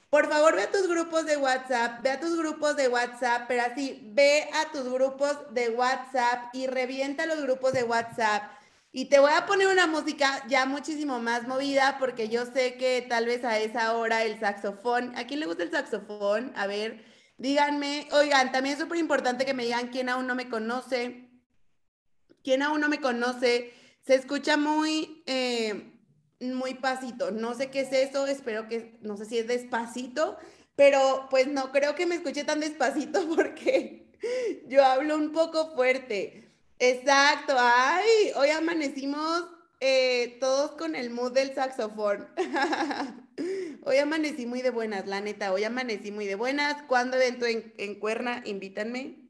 Por favor, ve a tus grupos de WhatsApp, ve a tus grupos de WhatsApp, pero así, ve a tus grupos de WhatsApp y revienta los grupos de WhatsApp. Y te voy a poner una música ya muchísimo más movida porque yo sé que tal vez a esa hora el saxofón, ¿a quién le gusta el saxofón? A ver, díganme, oigan, también es súper importante que me digan quién aún no me conoce, quién aún no me conoce, se escucha muy pasito. No sé qué es eso, espero que, no sé si es despacito, pero pues no creo que me escuche tan despacito porque yo hablo un poco fuerte. Exacto, ay, hoy amanecimos todos con el mood del saxofón. Hoy amanecí muy de buenas, la neta, hoy amanecí muy de buenas. ¿Cuándo evento en Cuerna? Invítanme.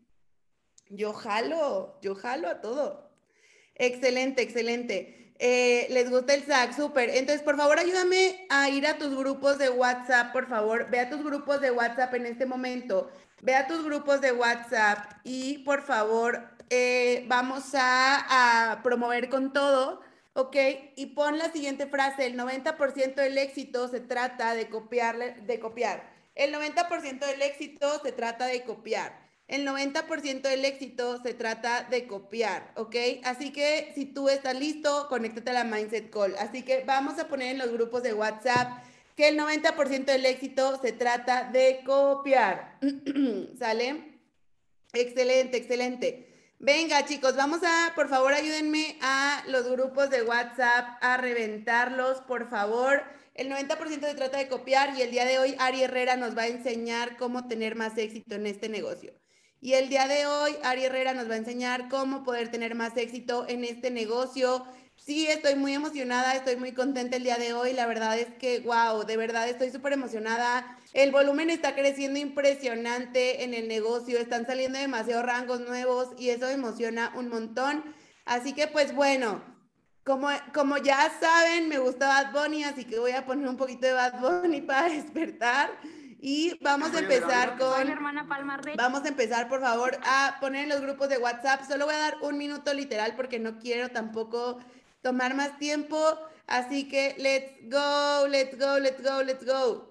Yo jalo a todo. Excelente, excelente. ¿Les gusta el sax? Súper. Entonces, por favor, ayúdame a ir a tus grupos de WhatsApp, por favor. Ve a tus grupos de WhatsApp en este momento. Ve a tus grupos de WhatsApp y, por favor, vamos a promover con todo, ¿ok? Y pon la siguiente frase. El 90% del éxito se trata de copiar. El 90% del éxito se trata de copiar. El 90% del éxito se trata de copiar, ¿ok? Así que si tú estás listo, conéctate a la Mindset Call. Así que vamos a poner en los grupos de WhatsApp que el 90% del éxito se trata de copiar. ¿Sale? Excelente, excelente. Venga, chicos, vamos a, por favor, ayúdenme a los grupos de WhatsApp a reventarlos, por favor. El 90% se trata de copiar y el día de hoy Ari Herrera nos va a enseñar cómo tener más éxito en este negocio. Y el día de hoy Ari Herrera nos va a enseñar cómo poder tener más éxito en este negocio. Sí, estoy muy emocionada, estoy muy contenta el día de hoy. La verdad es que, wow, de verdad estoy súper emocionada. El volumen está creciendo impresionante en el negocio, están saliendo demasiados rangos nuevos y eso me emociona un montón. Así que pues bueno, como ya saben, me gusta Bad Bunny, así que voy a poner un poquito de Bad Bunny para despertar. Y vamos a empezar vamos a empezar por favor a poner en los grupos de WhatsApp. Solo voy a dar un minuto literal porque no quiero tampoco tomar más tiempo. Así que let's go, let's go, let's go, let's go.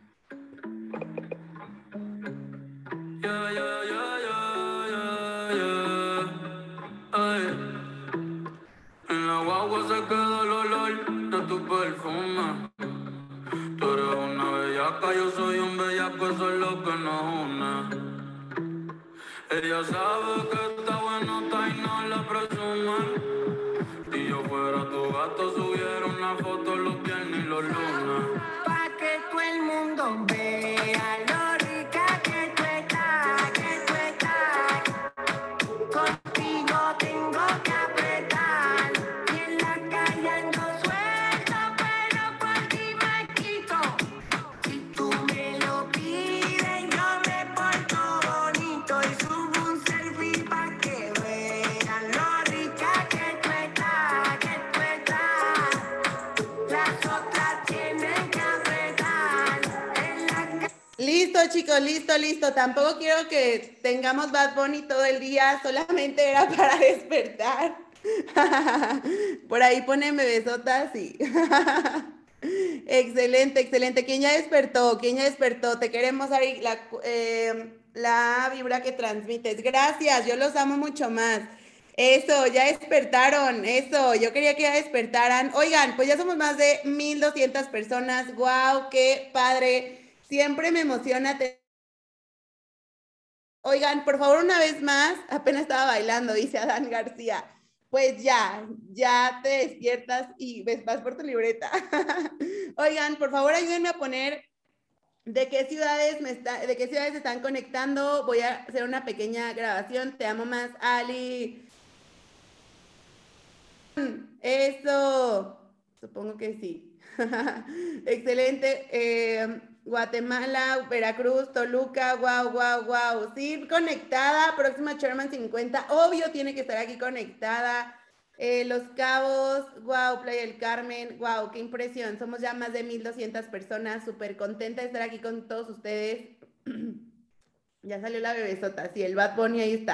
Yeah, yeah, yeah, yeah, yeah, yeah. Ay. En la guagua se queda el olor de tu perfume. Tú eres una bellaca, yo soy un bellaco, eso es lo que nos une. Ella sabe que está buenota y no la presume. Si yo fuera tu gato, subiera una foto los viernes y los lunes. Pa' que todo el mundo vea lo rica que tú estás, que tú estás. Contigo tengo que apretar. Y en la calle ando suelta, pero por ti me quito. Si tú me lo pides, yo me porto bonito y subo un selfie pa' que vean lo rica que tú estás, que tú estás. Las otras tienen que apretar. Listo, chicos, listo, listo. Tampoco quiero que tengamos Bad Bunny todo el día, solamente era para despertar. Por ahí ponen bebesotas y... Excelente, excelente. ¿Quién ya despertó? ¿Quién ya despertó? Te queremos, Ari, la vibra que transmites. Gracias, yo los amo mucho más. Eso, ya despertaron, eso, yo quería que ya despertaran. Oigan, pues ya somos más de 1,200 personas. ¡Wow! ¡Qué padre! Siempre me emociona. Oigan, por favor, una vez más, apenas estaba bailando, dice Adán García. Pues ya te despiertas y vas por tu libreta. Oigan, por favor, ayúdenme a poner de qué ciudades están conectando. Voy a hacer una pequeña grabación. Te amo más, Ali. Eso. Supongo que sí. Excelente. Guatemala, Veracruz, Toluca, wow, wow, wow. Sí, conectada. Próxima Sherman 50. Obvio, tiene que estar aquí conectada. Los Cabos, wow, Playa del Carmen, wow, qué impresión. Somos ya más de 1,200 personas. Súper contenta de estar aquí con todos ustedes. Ya salió la bebesota. Sí, el Bad Bunny ahí está.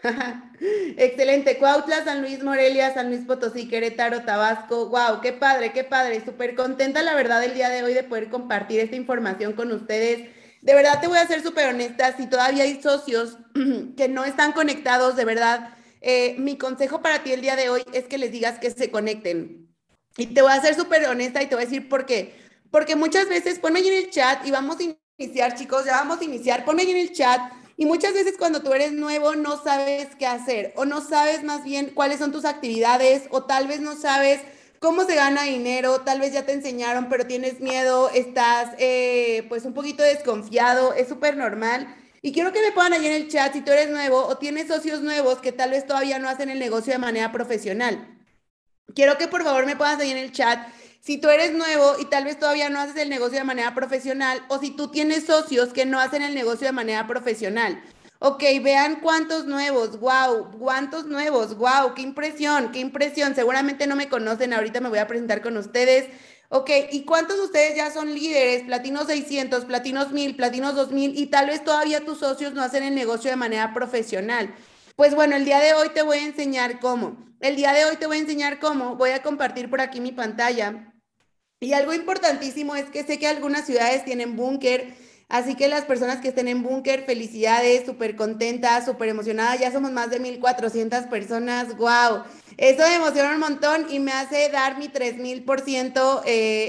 Excelente. Cuautla, San Luis, Morelia, San Luis Potosí, Querétaro, Tabasco. Wow, qué padre, qué padre. Súper contenta, la verdad, el día de hoy de poder compartir esta información con ustedes. De verdad te voy a ser súper honesta. Si todavía hay socios que no están conectados, de verdad, mi consejo para ti el día de hoy es que les digas que se conecten. Y te voy a ser súper honesta y te voy a decir por qué. Porque muchas veces, ponme ahí en el chat y vamos a iniciar, chicos, ya vamos a iniciar. Ponme ahí en el chat. Y muchas veces cuando tú eres nuevo no sabes qué hacer o no sabes más bien cuáles son tus actividades o tal vez no sabes cómo se gana dinero, tal vez ya te enseñaron pero tienes miedo, estás pues un poquito desconfiado, es súper normal. Y quiero que me pongan ahí en el chat si tú eres nuevo o tienes socios nuevos que tal vez todavía no hacen el negocio de manera profesional. Quiero que por favor me pongas ahí en el chat si tú eres nuevo y tal vez todavía no haces el negocio de manera profesional o si tú tienes socios que no hacen el negocio de manera profesional. Ok, vean cuántos nuevos, cuántos nuevos, wow, qué impresión, qué impresión. Seguramente no me conocen, ahorita me voy a presentar con ustedes. Ok, ¿y cuántos de ustedes ya son líderes, platinos 600, platinos 1000, platinos 2000 y tal vez todavía tus socios no hacen el negocio de manera profesional? Pues bueno, el día de hoy te voy a enseñar cómo. El día de hoy te voy a enseñar cómo. Voy a compartir por aquí mi pantalla. Y algo importantísimo es que sé que algunas ciudades tienen búnker, así que las personas que estén en búnker, felicidades, súper contentas, súper emocionadas. Ya somos más de 1400 personas. ¡Wow! Eso me emociona un montón y me hace dar mi 3000%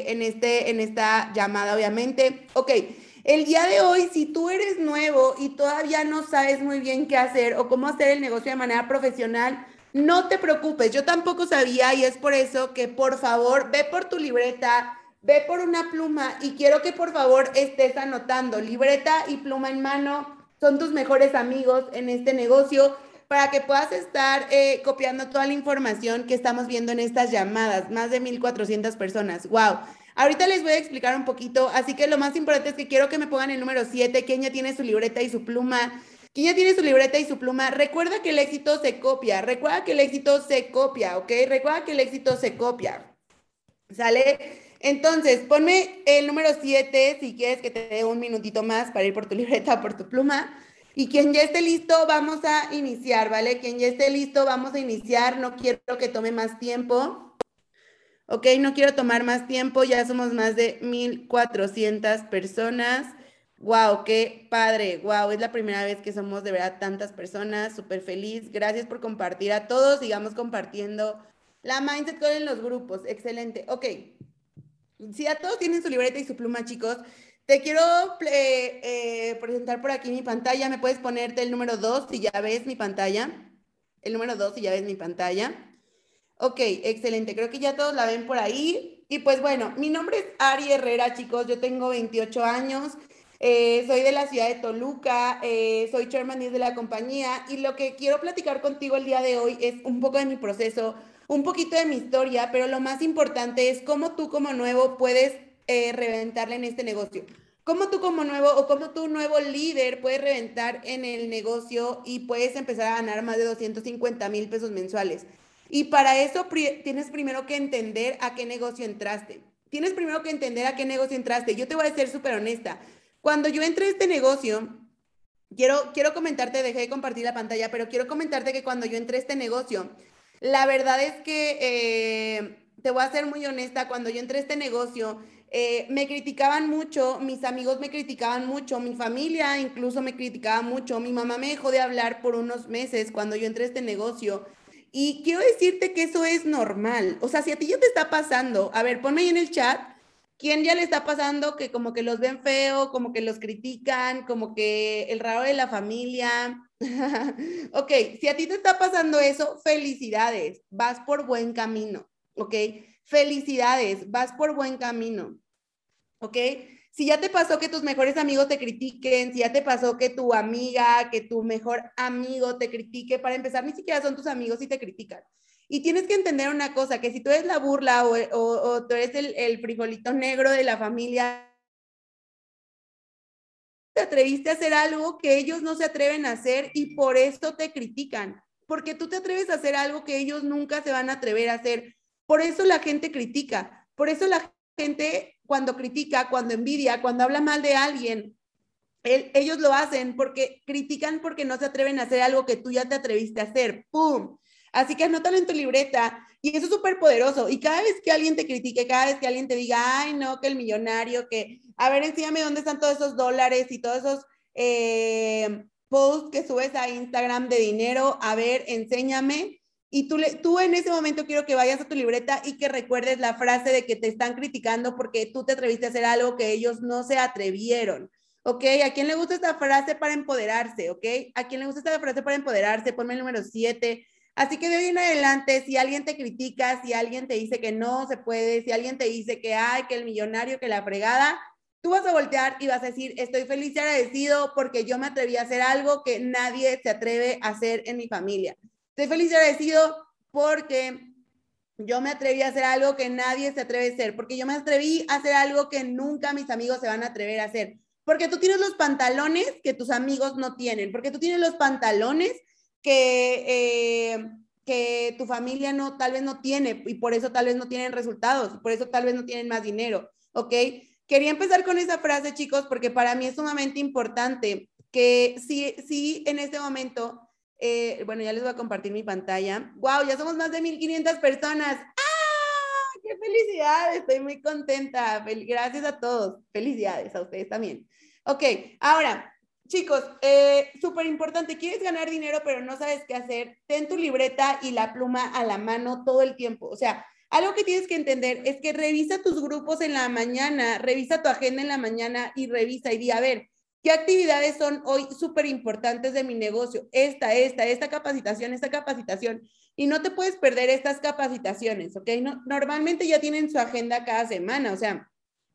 en esta llamada, obviamente. Ok. El día de hoy, si tú eres nuevo y todavía no sabes muy bien qué hacer o cómo hacer el negocio de manera profesional, no te preocupes, yo tampoco sabía y es por eso que por favor ve por tu libreta, ve por una pluma y quiero que por favor estés anotando. Libreta y pluma en mano son tus mejores amigos en este negocio para que puedas estar copiando toda la información que estamos viendo en estas llamadas. Más de 1400 personas. ¡Wow! Ahorita les voy a explicar un poquito, así que lo más importante es que quiero que me pongan el número 7, quien ya tiene su libreta y su pluma. ¿Quién ya tiene su libreta y su pluma? Recuerda que el éxito se copia, recuerda que el éxito se copia, ¿ok? Recuerda que el éxito se copia, ¿sale? Entonces, ponme el número 7 si quieres que te dé un minutito más para ir por tu libreta o por tu pluma. Y quien ya esté listo, vamos a iniciar, ¿vale? Quien ya esté listo, vamos a iniciar. No quiero que tome más tiempo. Ok, no quiero tomar más tiempo, ya somos más de 1400 personas. Wow, qué padre, wow, es la primera vez que somos de verdad tantas personas, súper feliz. Gracias por compartir a todos, sigamos compartiendo la Mindset Call en los grupos, excelente. Ok, si ya todos tienen su libreta y su pluma, chicos, te quiero presentar por aquí mi pantalla. ¿Me puedes ponerte el número 2 si ya ves mi pantalla? El número 2 si ya ves mi pantalla. Ok, excelente. Creo que ya todos la ven por ahí. Y pues bueno, mi nombre es Ari Herrera, chicos. Yo tengo 28 años. Soy de la ciudad de Toluca. Soy chairman 10 de la compañía. Y lo que quiero platicar contigo el día de hoy es un poco de mi proceso, un poquito de mi historia, pero lo más importante es cómo tú como nuevo puedes reventarle en este negocio. Cómo tú como nuevo o como tú nuevo líder puedes reventar en el negocio y puedes empezar a ganar más de 250,000 pesos mensuales. Y para eso tienes primero que entender a qué negocio entraste. Tienes primero que entender a qué negocio entraste. Yo te voy a ser súper honesta. Cuando yo entré a este negocio, quiero comentarte, dejé de compartir la pantalla, pero quiero comentarte que cuando yo entré a este negocio, la verdad es que te voy a ser muy honesta, cuando yo entré a este negocio, me criticaban mucho, mis amigos me criticaban mucho, mi familia incluso me criticaba mucho, mi mamá me dejó de hablar por unos meses cuando yo entré a este negocio. Y quiero decirte que eso es normal. O sea, si a ti ya te está pasando, a ver, ponme ahí en el chat. ¿Quién ya le está pasando que como que los ven feo, como que los critican, como que el raro de la familia? Ok, si a ti te está pasando eso, felicidades, vas por buen camino, ¿ok? Felicidades, vas por buen camino, ¿ok? Si ya te pasó que tus mejores amigos te critiquen, si ya te pasó que tu amiga, que tu mejor amigo te critique, para empezar, ni siquiera son tus amigos y te critican. Y tienes que entender una cosa, que si tú eres la burla o tú eres el frijolito negro de la familia, te atreviste a hacer algo que ellos no se atreven a hacer y por eso te critican, porque tú te atreves a hacer algo que ellos nunca se van a atrever a hacer. Por eso la gente critica, por eso la gente cuando critica, cuando envidia, cuando habla mal de alguien, ellos lo hacen porque critican porque no se atreven a hacer algo que tú ya te atreviste a hacer. ¡Pum! Así que anótalo en tu libreta y eso es súper poderoso. Y cada vez que alguien te critique, cada vez que alguien te diga, ay, no, que el millonario, que, a ver, enséñame dónde están todos esos dólares y todos esos posts que subes a Instagram de dinero, a ver, enséñame. Y tú en ese momento quiero que vayas a tu libreta y que recuerdes la frase de que te están criticando porque tú te atreviste a hacer algo que ellos no se atrevieron. ¿Ok? ¿A quién le gusta esta frase para empoderarse? ¿Ok? ¿A quién le gusta esta frase para empoderarse? Ponme el número 7. Así que de hoy en adelante, si alguien te critica, si alguien te dice que no se puede, si alguien te dice que hay, que el millonario, que la fregada, tú vas a voltear y vas a decir, estoy feliz y agradecido porque yo me atreví a hacer algo que nadie se atreve a hacer en mi familia. Estoy feliz y agradecido porque yo me atreví a hacer algo que nadie se atreve a hacer, porque yo me atreví a hacer algo que nunca mis amigos se van a atrever a hacer, porque tú tienes los pantalones que tus amigos no tienen, porque tú tienes los pantalones que tu familia no, tal vez no tiene y por eso tal vez no tienen resultados, por eso tal vez no tienen más dinero, ¿ok? Quería empezar con esa frase, chicos, porque para mí es sumamente importante que sí en este momento, bueno, ya les voy a compartir mi pantalla. ¡Wow! Ya somos más de 1,500 personas. ¡Ah! ¡Qué felicidad! Estoy muy contenta. Gracias a todos. Felicidades a ustedes también. Ok, ahora, chicos, súper importante. ¿Quieres ganar dinero pero no sabes qué hacer? Ten tu libreta y la pluma a la mano todo el tiempo. O sea, algo que tienes que entender es que revisa tus grupos en la mañana, revisa tu agenda en la mañana y revisa y di, a ver, ¿qué actividades son hoy súper importantes de mi negocio? Esta capacitación. Y no te puedes perder estas capacitaciones, ¿ok? No, normalmente ya tienen su agenda cada semana, o sea,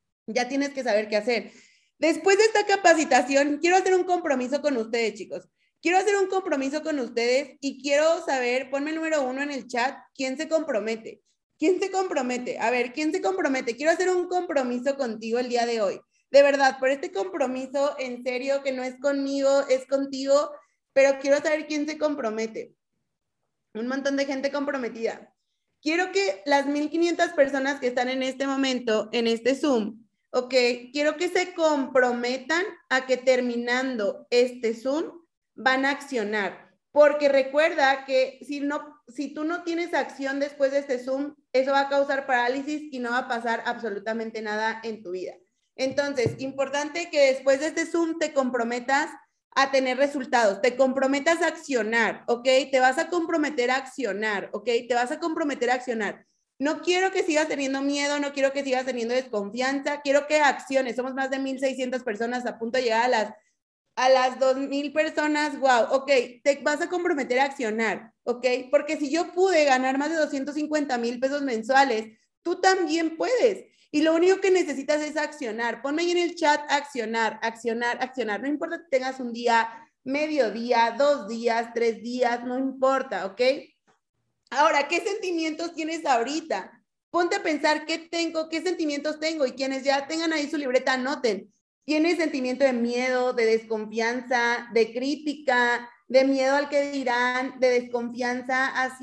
ya tienes que saber qué hacer. Después de esta capacitación, quiero hacer un compromiso con ustedes, chicos. Quiero hacer un compromiso con ustedes y quiero saber, ponme el número 1 en el chat, ¿quién se compromete? ¿Quién se compromete? A ver, ¿quién se compromete? Quiero hacer un compromiso contigo el día de hoy. De verdad, por este compromiso, en serio, que no es conmigo, es contigo, pero quiero saber quién se compromete. Un montón de gente comprometida. Quiero que las 1,500 personas que están en este momento, en este Zoom, ok, quiero que se comprometan a que terminando este Zoom van a accionar. Porque recuerda que si tú no tienes acción después de este Zoom, eso va a causar parálisis y no va a pasar absolutamente nada en tu vida. Entonces, importante que después de este Zoom te comprometas a tener resultados, te comprometas a accionar, ¿ok? Te vas a comprometer a accionar, ¿ok? Te vas a comprometer a accionar. No quiero que sigas teniendo miedo, no quiero que sigas teniendo desconfianza, quiero que acciones. Somos más de 1,600 personas a punto de llegar a las 2,000 personas, wow, ok, te vas a comprometer a accionar, ok, porque si yo pude ganar más de 250,000 pesos mensuales, tú también puedes. Y lo único que necesitas es accionar. Ponme ahí en el chat accionar, accionar, accionar. No importa que tengas un día, medio día, 2 días, 3 días, no importa, ¿ok? Ahora, ¿qué sentimientos tienes ahorita? Ponte a pensar qué tengo, qué sentimientos tengo y quienes ya tengan ahí su libreta, anoten. ¿Tienes sentimiento de miedo, de desconfianza, de crítica, de miedo al que dirán, de desconfianza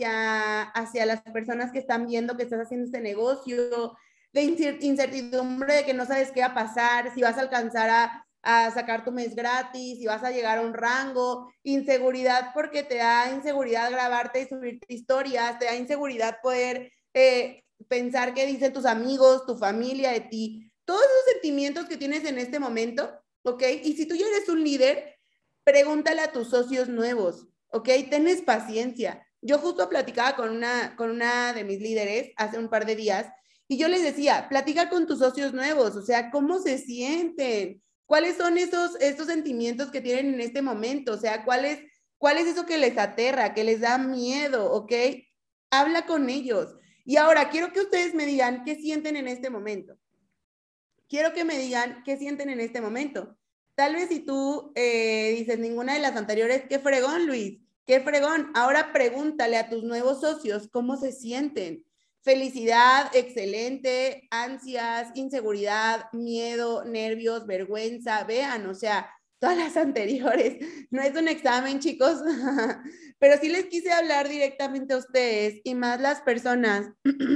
hacia las personas que están viendo que estás haciendo este negocio, de incertidumbre de que no sabes qué va a pasar, si vas a alcanzar a sacar tu mes gratis, si vas a llegar a un rango, inseguridad porque te da inseguridad grabarte y subirte historias, te da inseguridad poder pensar qué dicen tus amigos, tu familia de ti, todos esos sentimientos que tienes en este momento, ¿ok? Y si tú ya eres un líder, pregúntale a tus socios nuevos, ¿ok? Tenés paciencia. Yo justo platicaba con una de mis líderes hace un par de días y yo les decía, platica con tus socios nuevos, o sea, ¿cómo se sienten? ¿Cuáles son estos sentimientos que tienen en este momento? O sea, ¿cuál es eso que les aterra, que les da miedo? ¿Ok? Habla con ellos. Y ahora quiero que ustedes me digan qué sienten en este momento. Quiero que me digan qué sienten en este momento. Tal vez si tú dices ninguna de las anteriores, qué fregón, Luis, qué fregón. Ahora pregúntale a tus nuevos socios cómo se sienten. Felicidad, excelente, ansias, inseguridad, miedo, nervios, vergüenza. Vean, o sea, todas las anteriores. No es un examen, chicos, pero sí les quise hablar directamente a ustedes y más las personas,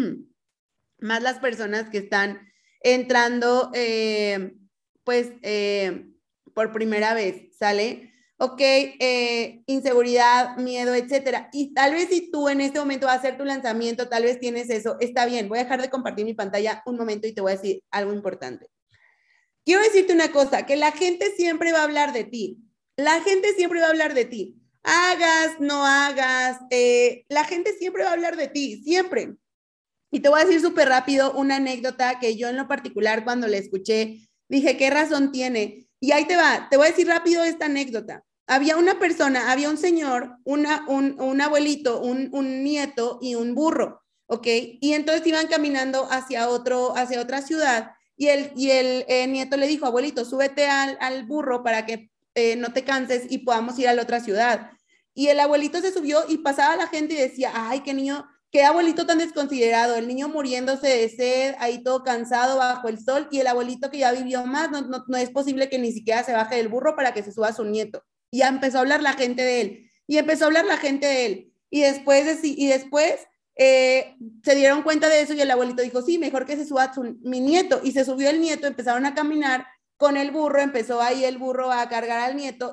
más las personas que están entrando, pues, por primera vez, ¿sale? Ok, inseguridad, miedo, etcétera. Y tal vez si tú en este momento vas a hacer tu lanzamiento, tal vez tienes eso, está bien, voy a dejar de compartir mi pantalla un momento y te voy a decir algo importante. Quiero decirte una cosa, que la gente siempre va a hablar de ti. La gente siempre va a hablar de ti. Hagas, no hagas, la gente siempre va a hablar de ti, siempre. Y te voy a decir súper rápido una anécdota que yo en lo particular cuando la escuché dije, ¿qué razón tiene? Y ahí te va, te voy a decir rápido esta anécdota. Había una persona, había un señor, un abuelito, un nieto y un burro, ¿ok? Y entonces iban caminando hacia otra ciudad y el nieto le dijo, abuelito, súbete al burro para que no te canses y podamos ir a la otra ciudad. Y el abuelito se subió y pasaba la gente y decía, ay, qué abuelito tan desconsiderado, el niño muriéndose de sed, ahí todo cansado bajo el sol, y el abuelito que ya vivió más, no es posible que ni siquiera se baje del burro para que se suba a su nieto. Y ya empezó a hablar la gente de él, y empezó a hablar la gente de él. Y después se dieron cuenta de eso y el abuelito dijo, sí, mejor que se suba mi nieto. Y se subió el nieto, empezaron a caminar con el burro, empezó ahí el burro a cargar al nieto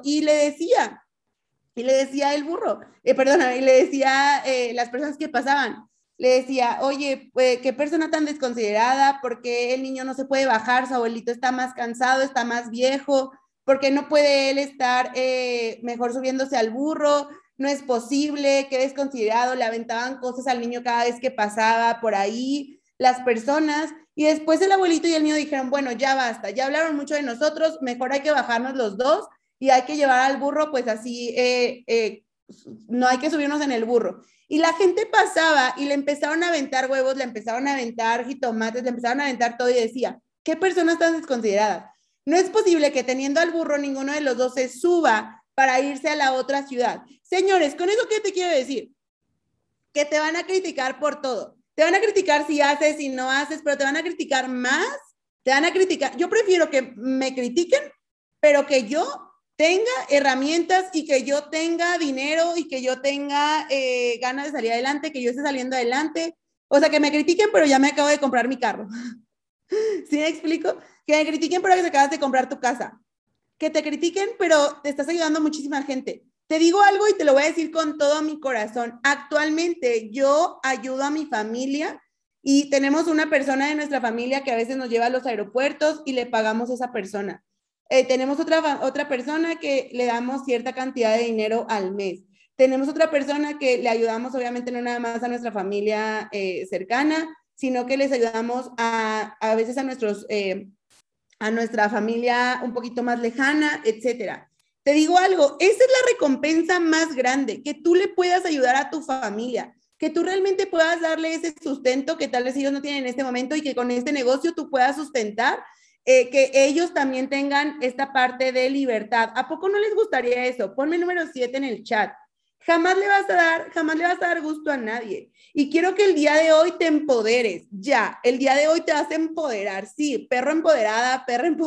y le decía el burro, perdona, y le decía las personas que pasaban, le decía, oye, qué persona tan desconsiderada, porque el niño no se puede bajar, su abuelito está más cansado, está más viejo, porque no puede él estar mejor subiéndose al burro, no es posible, qué desconsiderado, le aventaban cosas al niño cada vez que pasaba por ahí, las personas, y después el abuelito y el niño dijeron, bueno, ya basta, ya hablaron mucho de nosotros, mejor hay que bajarnos los dos y hay que llevar al burro, pues así, no hay que subirnos en el burro. Y la gente pasaba y le empezaron a aventar huevos, le empezaron a aventar jitomates, le empezaron a aventar todo y decía, ¿qué personas tan desconsideradas? No es posible que teniendo al burro ninguno de los dos se suba para irse a la otra ciudad. Señores, ¿con eso qué te quiero decir? Que te van a criticar por todo. Te van a criticar si haces, si no haces, pero te van a criticar más. Te van a criticar. Yo prefiero que me critiquen, pero que yo tenga herramientas y que yo tenga dinero y que yo tenga ganas de salir adelante, que yo esté saliendo adelante. O sea, que me critiquen, pero ya me acabo de comprar mi carro. ¿Sí me explico? Que me critiquen, pero que te acabas de comprar tu casa. Que te critiquen, pero te estás ayudando a muchísima gente. Te digo algo y te lo voy a decir con todo mi corazón. Actualmente yo ayudo a mi familia y tenemos una persona de nuestra familia que a veces nos lleva a los aeropuertos y le pagamos a esa persona. Tenemos otra persona que le damos cierta cantidad de dinero al mes. Tenemos otra persona que le ayudamos, obviamente, no nada más a nuestra familia cercana, sino que les ayudamos a veces a nuestra familia un poquito más lejana, etcétera. Te digo algo, esa es la recompensa más grande, que tú le puedas ayudar a tu familia, que tú realmente puedas darle ese sustento que tal vez ellos no tienen en este momento y que con este negocio tú puedas sustentar, que ellos también tengan esta parte de libertad. ¿A poco no les gustaría eso? Ponme el número 7 en el chat. Jamás le vas a dar gusto a nadie. Y quiero que el día de hoy te empoderes, ya, el día de hoy te vas a empoderar, sí, perra empoderada,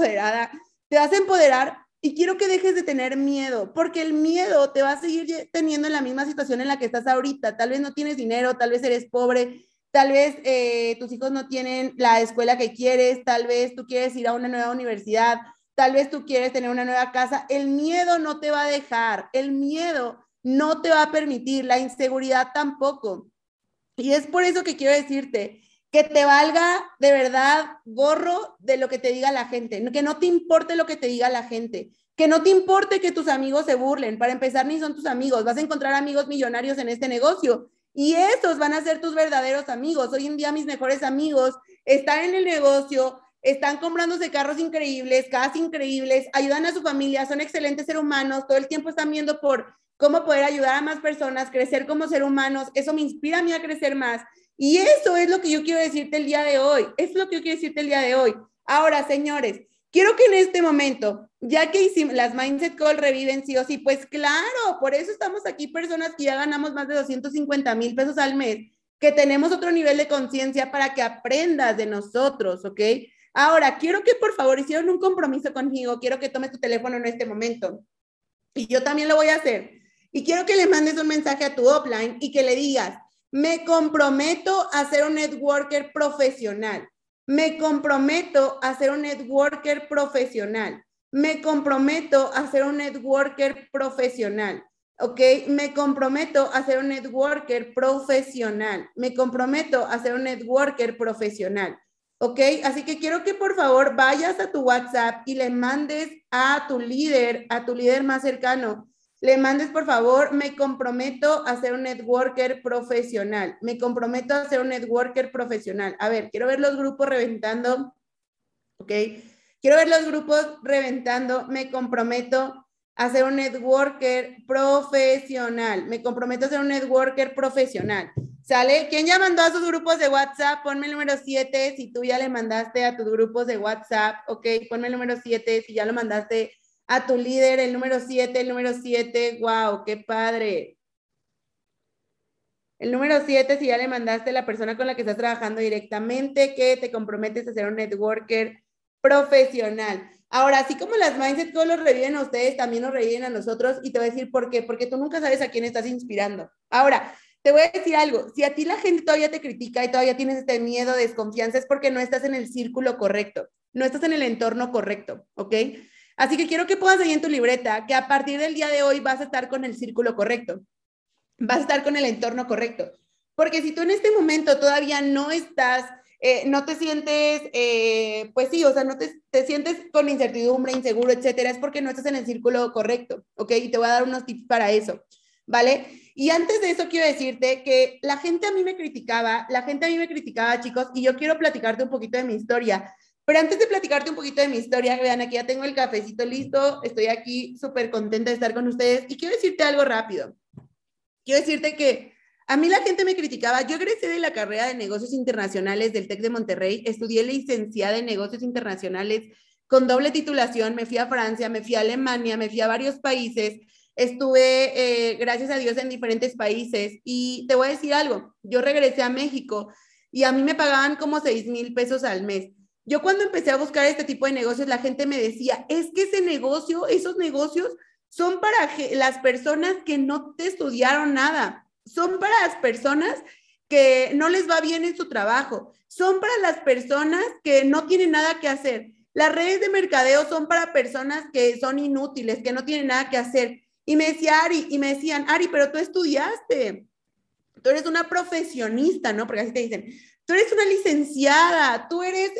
te vas a empoderar y quiero que dejes de tener miedo, porque el miedo te va a seguir teniendo en la misma situación en la que estás ahorita. Tal vez no tienes dinero, tal vez eres pobre, tal vez tus hijos no tienen la escuela que quieres, tal vez tú quieres ir a una nueva universidad, tal vez tú quieres tener una nueva casa. El miedo no te va a dejar, el miedo no te va a permitir, la inseguridad tampoco. Y es por eso que quiero decirte que te valga de verdad gorro de lo que te diga la gente, que no te importe lo que te diga la gente, que no te importe que tus amigos se burlen. Para empezar, ni son tus amigos, vas a encontrar amigos millonarios en este negocio y esos van a ser tus verdaderos amigos. Hoy en día mis mejores amigos están en el negocio, están comprándose carros increíbles, casas increíbles, ayudan a su familia, son excelentes seres humanos, todo el tiempo están viendo por cómo poder ayudar a más personas, crecer como ser humanos. Eso me inspira a mí a crecer más. Y eso es lo que yo quiero decirte el día de hoy. Eso es lo que yo quiero decirte el día de hoy. Ahora, señores, quiero que en este momento, ya que hicimos las Mindset Call reviven sí o sí, pues claro, por eso estamos aquí personas que ya ganamos más de 250,000 pesos al mes, que tenemos otro nivel de conciencia para que aprendas de nosotros, ¿ok? Ahora, quiero que por favor hicieron un compromiso conmigo, quiero que tomes tu teléfono en este momento. Y yo también lo voy a hacer. Y quiero que le mandes un mensaje a tu offline y que le digas, me comprometo a ser un networker profesional. Me comprometo a ser un networker profesional. Me comprometo a ser un networker profesional. ¿Ok? Me comprometo a ser un networker profesional. Me comprometo a ser un networker profesional. ¿Ok? Así que quiero que por favor vayas a tu WhatsApp y le mandes a tu líder más cercano. Le mandes por favor, me comprometo a ser un networker profesional. Me comprometo a ser un networker profesional. A ver, quiero ver los grupos reventando. ¿Ok? Quiero ver los grupos reventando. Me comprometo a ser un networker profesional. Me comprometo a ser un networker profesional. ¿Sale? ¿Quién ya mandó a sus grupos de WhatsApp? Ponme el número 7 si tú ya le mandaste a tus grupos de WhatsApp. Ok, ponme el número 7 si ya lo mandaste a tu líder, el número 7, el número 7. ¡Wow! ¡Qué padre! El número 7 si ya le mandaste a la persona con la que estás trabajando directamente, que te comprometes a ser un networker profesional. Ahora, así como las mindset todos los reviven a ustedes, también nos reviven a nosotros y te voy a decir por qué, porque tú nunca sabes a quién estás inspirando. Ahora, te voy a decir algo, si a ti la gente todavía te critica y todavía tienes este miedo, desconfianza, es porque no estás en el círculo correcto, no estás en el entorno correcto, ¿ok? Así que quiero que pongas ahí en tu libreta que a partir del día de hoy vas a estar con el círculo correcto, vas a estar con el entorno correcto. Porque si tú en este momento todavía no estás, no te sientes, pues sí, o sea, no te sientes con incertidumbre, inseguro, etcétera, es porque no estás en el círculo correcto, ¿ok? Y te voy a dar unos tips para eso, ¿vale? Y antes de eso quiero decirte que la gente a mí me criticaba, chicos, y yo quiero platicarte un poquito de mi historia. Pero antes de platicarte un poquito de mi historia, vean, aquí ya tengo el cafecito listo, estoy aquí súper contenta de estar con ustedes y quiero decirte algo rápido. Quiero decirte que a mí la gente me criticaba. Yo egresé de la carrera de negocios internacionales del TEC de Monterrey, estudié licenciada en negocios internacionales con doble titulación, me fui a Francia, me fui a Alemania, me fui a varios países, estuve, gracias a Dios, en diferentes países y te voy a decir algo, yo regresé a México y a mí me pagaban como 6,000 pesos al mes. Yo cuando empecé a buscar este tipo de negocios, la gente me decía, es que ese negocio, esos negocios son para las personas que no te estudiaron nada, son para las personas que no les va bien en su trabajo, son para las personas que no tienen nada que hacer. Las redes de mercadeo son para personas que son inútiles, que no tienen nada que hacer. Y me decía Ari, y me decían, Ari, pero tú estudiaste, tú eres una profesionista, ¿no? Porque así te dicen, tú eres una licenciada, tú eres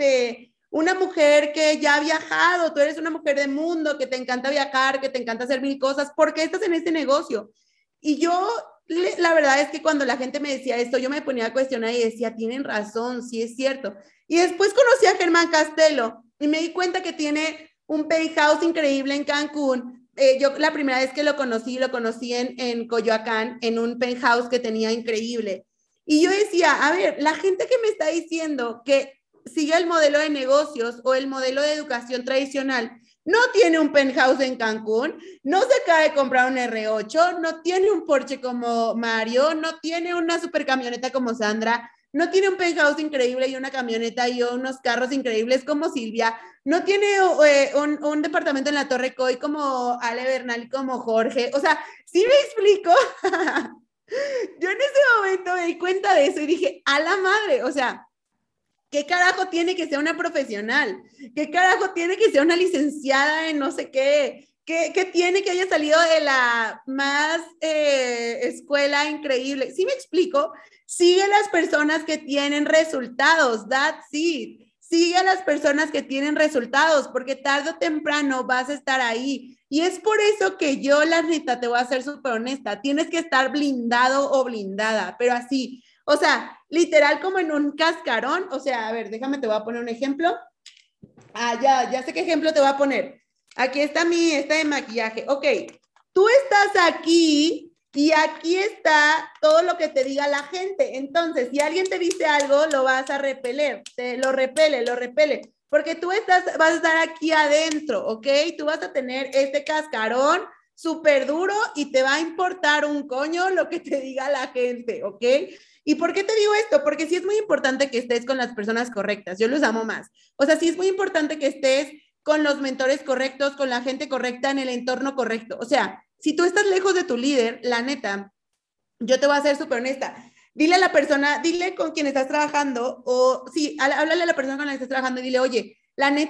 una mujer que ya ha viajado, tú eres una mujer de mundo, que te encanta viajar, que te encanta hacer mil cosas, ¿por qué estás en este negocio? Y yo, la verdad es que cuando la gente me decía esto, yo me ponía a cuestionar y decía, tienen razón, sí es cierto. Y después conocí a Germán Castelo y me di cuenta que tiene un penthouse increíble en Cancún. Yo la primera vez que lo conocí en Coyoacán, en un penthouse que tenía increíble. Y yo decía, a ver, la gente que me está diciendo que sigue el modelo de negocios o el modelo de educación tradicional, no tiene un penthouse en Cancún, no se acaba de comprar un R8, no tiene un Porsche como Mario, no tiene una super camioneta como Sandra, no tiene un penthouse increíble y una camioneta y unos carros increíbles como Silvia, no tiene un departamento en la Torre Coy como Ale Bernal y como Jorge. O sea, ¿sí me explico? Yo en ese momento me di cuenta de eso y dije, a la madre, o sea, ¿qué carajo tiene que ser una profesional? ¿Qué carajo tiene que ser una licenciada en no sé qué? ¿Qué tiene que haya salido de la más escuela increíble? ¿Sí me explico? Sigue a las personas que tienen resultados, that's it. Sigue a las personas que tienen resultados, porque tarde o temprano vas a estar ahí. Y es por eso que yo, la neta, te voy a ser súper honesta, tienes que estar blindado o blindada, pero así, o sea, literal como en un cascarón. O sea, a ver, déjame, te voy a poner un ejemplo. Ah, ya sé qué ejemplo te voy a poner. Aquí está esta de maquillaje. Ok, tú estás aquí y aquí está todo lo que te diga la gente. Entonces, si alguien te dice algo, lo vas a repeler. Lo repele. Porque vas a estar aquí adentro, ¿ok? Tú vas a tener este cascarón súper duro y te va a importar un coño lo que te diga la gente, ¿ok? ¿Y por qué te digo esto? Porque sí es muy importante que estés con las personas correctas. Yo los amo más. O sea, sí es muy importante que estés con los mentores correctos, con la gente correcta, en el entorno correcto. O sea, si tú estás lejos de tu líder, la neta, yo te voy a ser súper honesta. Dile a la persona, dile con quien estás trabajando, o sí, háblale a la persona con la que estás trabajando y dile, oye, la neta,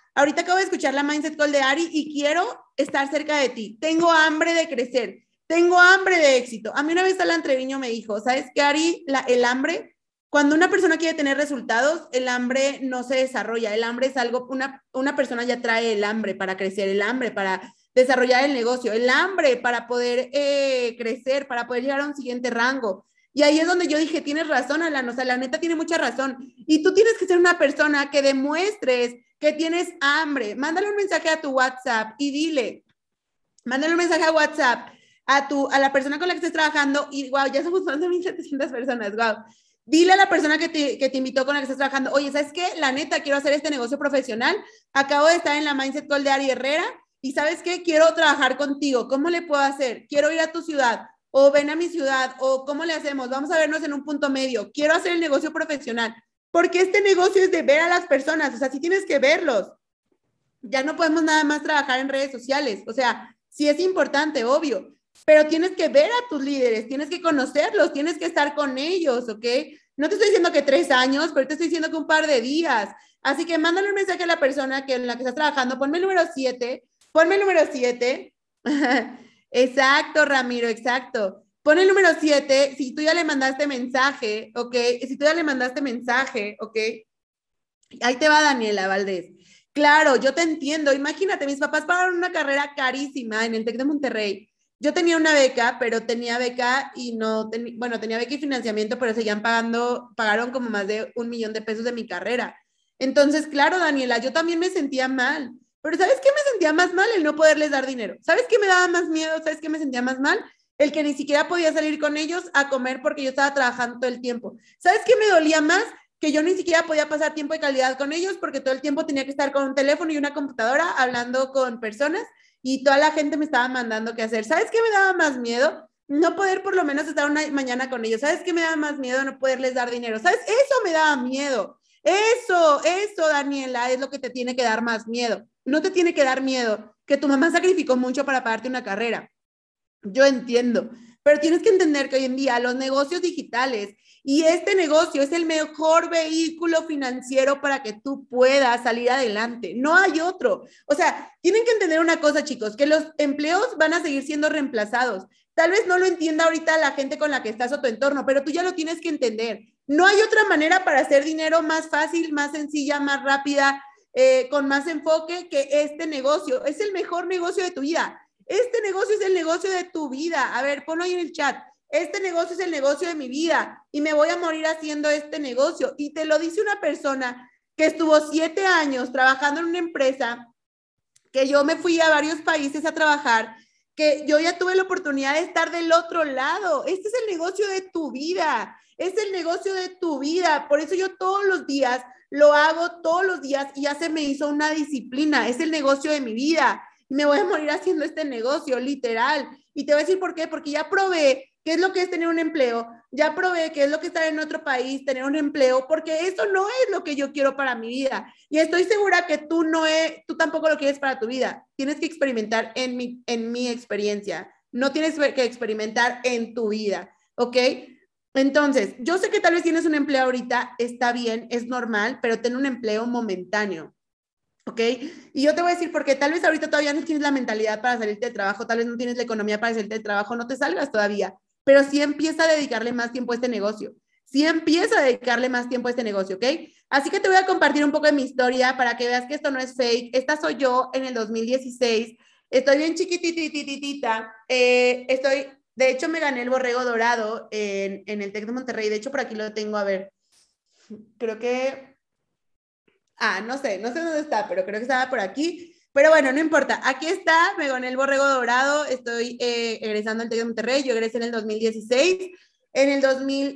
ahorita acabo de escuchar la Mindset Call de Ari y quiero estar cerca de ti. Tengo hambre de crecer, tengo hambre de éxito. A mí una vez Alan Treviño me dijo, ¿sabes qué, Ari? El hambre, cuando una persona quiere tener resultados, el hambre no se desarrolla. El hambre es algo, una persona ya trae el hambre para crecer, el hambre para desarrollar el negocio, el hambre para poder crecer, para poder llegar a un siguiente rango. Y ahí es donde yo dije, tienes razón, Alan, o sea, la neta tiene mucha razón. Y tú tienes que ser una persona que demuestres que tienes hambre. Mándale un mensaje a tu WhatsApp y dile, mándale un mensaje a WhatsApp a la persona con la que estés trabajando y, wow, ya somos más de 1,700 personas, wow. Dile a la persona que te invitó con la que estás trabajando, oye, ¿sabes qué? La neta, quiero hacer este negocio profesional. Acabo de estar en la Mindset Call de Ari Herrera y ¿sabes qué? Quiero trabajar contigo. ¿Cómo le puedo hacer? Quiero ir a tu ciudad o ven a mi ciudad o ¿cómo le hacemos? Vamos a vernos en un punto medio. Quiero hacer el negocio profesional porque este negocio es de ver a las personas. O sea, sí tienes que verlos. Ya no podemos nada más trabajar en redes sociales. O sea, sí es importante, obvio, pero tienes que ver a tus líderes, tienes que conocerlos, tienes que estar con ellos, ¿ok? No te estoy diciendo que 3 años, pero te estoy diciendo que un par de días. Así que mándale un mensaje a la persona en la que estás trabajando, ponme el número 7, ponme el número 7. Exacto, Ramiro, exacto. Pon el número 7, si tú ya le mandaste mensaje, ¿ok? Si tú ya le mandaste mensaje, ¿ok? Ahí te va Daniela Valdés. Claro, yo te entiendo. Imagínate, mis papás pagaron una carrera carísima en el TEC de Monterrey. Yo tenía una beca, pero tenía beca y no, bueno, tenía beca y financiamiento, pero seguían pagando, pagaron como más de 1,000,000 de pesos de mi carrera. Entonces, claro, Daniela, yo también me sentía mal. Pero ¿sabes qué me sentía más mal? El no poderles dar dinero. ¿Sabes qué me daba más miedo? ¿Sabes qué me sentía más mal? El que ni siquiera podía salir con ellos a comer porque yo estaba trabajando todo el tiempo. ¿Sabes qué me dolía más? Que yo ni siquiera podía pasar tiempo de calidad con ellos porque todo el tiempo tenía que estar con un teléfono y una computadora hablando con personas y toda la gente me estaba mandando qué hacer. ¿Sabes qué me daba más miedo? No poder por lo menos estar una mañana con ellos. ¿Sabes qué me daba más miedo? No poderles dar dinero. ¿Sabes? Eso me daba miedo. Eso, Daniela, es lo que te tiene que dar más miedo. No te tiene que dar miedo que tu mamá sacrificó mucho para pagarte una carrera. Yo entiendo, pero tienes que entender que hoy en día los negocios digitales y este negocio es el mejor vehículo financiero para que tú puedas salir adelante. No hay otro. O sea, tienen que entender una cosa, chicos, que los empleos van a seguir siendo reemplazados. Tal vez no lo entienda ahorita la gente con la que estás o tu entorno, pero tú ya lo tienes que entender. No hay otra manera para hacer dinero más fácil, más sencilla, más rápida, con más enfoque que este negocio. Es el mejor negocio de tu vida. Este negocio es el negocio de tu vida. A ver, ponlo ahí en el chat. Este negocio es el negocio de mi vida y me voy a morir haciendo este negocio. Y te lo dice una persona que estuvo 7 años trabajando en una empresa, que yo me fui a varios países a trabajar, que yo ya tuve la oportunidad de estar del otro lado. Este es el negocio de tu vida. Es el negocio de tu vida. Por eso yo todos los días lo hago todos los días y ya se me hizo una disciplina. Es el negocio de mi vida. Me voy a morir haciendo este negocio, literal. Y te voy a decir por qué, porque ya probé qué es lo que es tener un empleo, ya probé qué es lo que es estar en otro país, tener un empleo, porque eso no es lo que yo quiero para mi vida. Y estoy segura que tú tampoco lo quieres para tu vida. Tienes que experimentar en mi experiencia. No tienes que experimentar en tu vida, ¿ok? Entonces, yo sé que tal vez tienes un empleo ahorita, está bien, es normal, pero ten un empleo momentáneo. ¿Ok? Y yo te voy a decir, porque tal vez ahorita todavía no tienes la mentalidad para salirte del trabajo, tal vez no tienes la economía para salirte del trabajo, no te salgas todavía, pero sí empieza a dedicarle más tiempo a este negocio, sí empieza a dedicarle más tiempo a este negocio, ¿ok? Así que te voy a compartir un poco de mi historia para que veas que esto no es fake, esta soy yo en el 2016, estoy bien chiquititititita, de hecho me gané el borrego dorado en el TEC de Monterrey, de hecho por aquí lo tengo, a ver, creo que no sé dónde está, pero creo que estaba por aquí. Pero bueno, no importa. Aquí está, me gané el borrego dorado. Estoy egresando al TEC de Monterrey. Yo egresé en el 2016. En el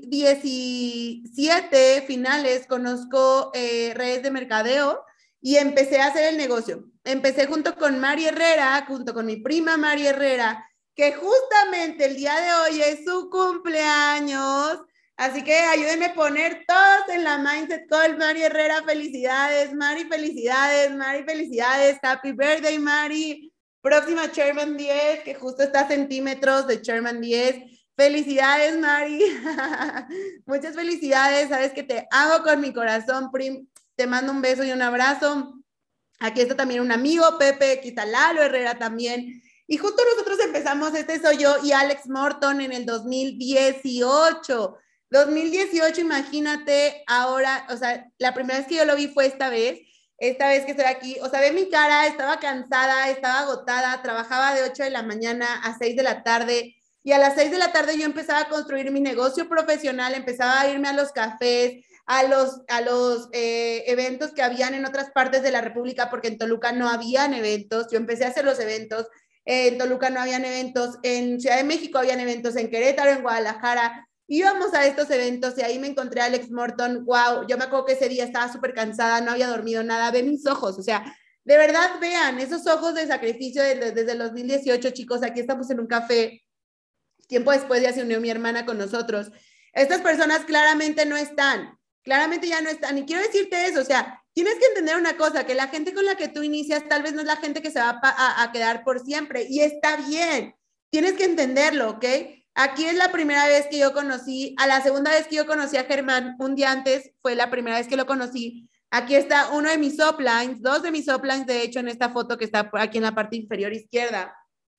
2017, finales, conozco redes de mercadeo y empecé a hacer el negocio. Empecé junto con Mari Herrera, junto con mi prima Mari Herrera, que justamente el día de hoy es su cumpleaños. Así que ayúdenme a poner todos en la Mindset Call. Mari Herrera, felicidades. Mari, felicidades. Mari, felicidades. Happy birthday, Mari. Próxima Chairman 10, que justo está a centímetros de Chairman 10. Felicidades, Mari. Muchas felicidades. Sabes que te amo con mi corazón, Prim. Te mando un beso y un abrazo. Aquí está también un amigo, Pepe, aquí está Lalo Herrera también. Y justo nosotros empezamos, este soy yo y Alex Morton en el 2018. 2018, imagínate ahora, o sea, la primera vez que yo lo vi fue esta vez que estoy aquí, o sea, ve mi cara, estaba cansada, estaba agotada, trabajaba de 8 de la mañana a 6 de la tarde, y a las 6 de la tarde yo empezaba a construir mi negocio profesional, empezaba a irme a los cafés, a los eventos que habían en otras partes de la República, porque en Toluca no habían eventos, yo empecé a hacer los eventos, en Toluca no habían eventos, en Ciudad de México habían eventos, en Querétaro, en Guadalajara, íbamos a estos eventos y ahí me encontré a Alex Morton. Wow, yo me acuerdo que ese día estaba súper cansada, no había dormido nada, ve mis ojos, o sea, de verdad vean esos ojos de sacrificio desde el 2018, chicos, aquí estamos en un café, tiempo después ya se unió mi hermana con nosotros. Estas personas claramente ya no están, y quiero decirte eso, o sea, tienes que entender una cosa, que la gente con la que tú inicias tal vez no es la gente que se va a quedar por siempre, y está bien, tienes que entenderlo, ¿ok? Aquí es la primera vez que yo conocí, a la segunda vez que yo conocí a Germán, un día antes fue la primera vez que lo conocí. Aquí está uno de mis uplines, dos de mis uplines, de hecho, en esta foto que está aquí en la parte inferior izquierda.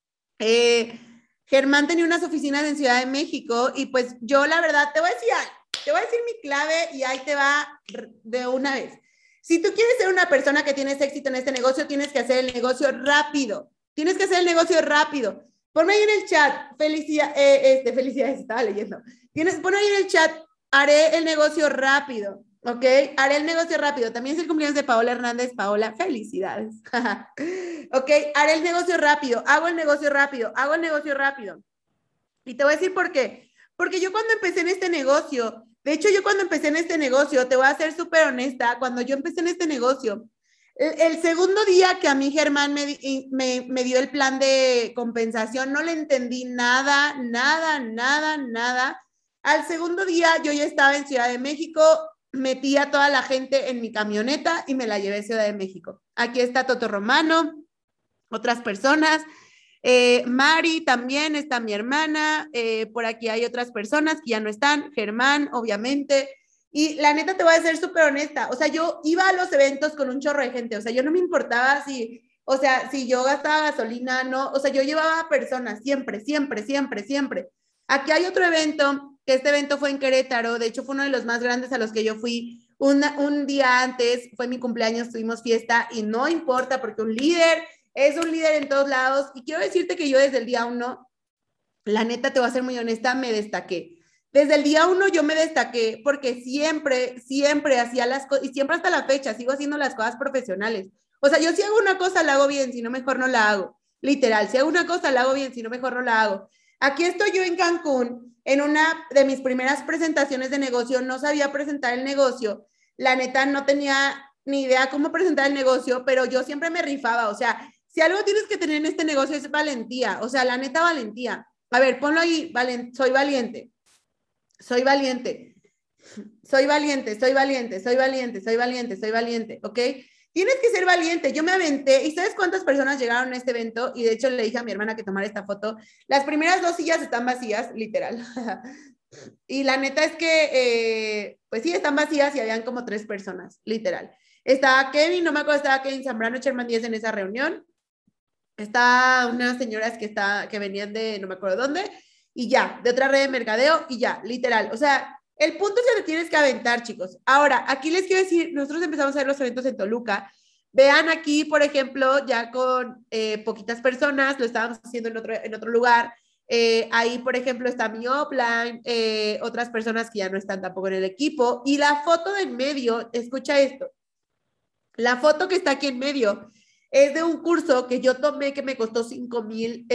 Germán tenía unas oficinas en Ciudad de México y pues yo la verdad te voy a decir mi clave y ahí te va de una vez. Si tú quieres ser una persona que tienes éxito en este negocio, tienes que hacer el negocio rápido. Tienes que hacer el negocio rápido. Ponme ahí en el chat, felicidades, estaba leyendo. Pon ahí en el chat, haré el negocio rápido, ¿ok? Haré el negocio rápido. También es el cumpleaños de Paola Hernández. Paola, felicidades. Ok, haré el negocio rápido, hago el negocio rápido, hago el negocio rápido. Y te voy a decir por qué. Porque yo cuando empecé en este negocio, de hecho yo cuando empecé en este negocio, te voy a ser súper honesta, cuando yo empecé en este negocio, el segundo día que a mí Germán me dio el plan de compensación, no le entendí nada, nada, nada, nada. Al segundo día yo ya estaba en Ciudad de México, metí a toda la gente en mi camioneta y me la llevé a Ciudad de México. Aquí está Toto Romano, otras personas. Mari también está mi hermana, por aquí hay otras personas que ya no están, Germán, obviamente, y la neta te voy a ser súper honesta, o sea, yo iba a los eventos con un chorro de gente, o sea, yo no me importaba o sea, si yo gastaba gasolina, no, o sea, yo llevaba personas, siempre, siempre, siempre, siempre. Aquí hay otro evento, que este evento fue en Querétaro, de hecho fue uno de los más grandes a los que yo fui, un día antes, fue mi cumpleaños, tuvimos fiesta y no importa porque un líder es un líder en todos lados y quiero decirte que yo desde el día uno, la neta te voy a ser muy honesta, me destaqué. Desde el día uno yo me destaqué porque siempre, siempre hacía las cosas y siempre hasta la fecha sigo haciendo las cosas profesionales. O sea, yo si hago una cosa la hago bien, si no mejor no la hago. Literal, si hago una cosa la hago bien, si no mejor no la hago. Aquí estoy yo en Cancún, en una de mis primeras presentaciones de negocio, no sabía presentar el negocio. La neta no tenía ni idea cómo presentar el negocio, pero yo siempre me rifaba, o sea, si algo tienes que tener en este negocio es valentía, o sea, la neta valentía. A ver, ponlo ahí, soy valiente, soy valiente, soy valiente, soy valiente, soy valiente, soy valiente, soy valiente, ¿ok? Tienes que ser valiente. Yo me aventé, ¿y sabes cuántas personas llegaron a este evento? Y de hecho le dije a mi hermana que tomara esta foto. Las primeras dos sillas están vacías, literal. Y la neta es que, pues sí, están vacías y habían como 3 personas, literal. Estaba Kevin, no me acuerdo, estaba Kevin Zambrano, Sherman Díaz en esa reunión. Está unas señoras que venían de no me acuerdo dónde, y ya, de otra red de mercadeo, y ya, literal. O sea, el punto es que te tienes que aventar, chicos. Ahora, aquí les quiero decir, nosotros empezamos a hacer los eventos en Toluca. Vean aquí, por ejemplo, ya con poquitas personas, lo estábamos haciendo en otro lugar. Ahí, por ejemplo, está mi offline, otras personas que ya no están tampoco en el equipo. Y la foto de en medio, escucha esto, la foto que está aquí en medio es de un curso que yo tomé que me costó $5,000,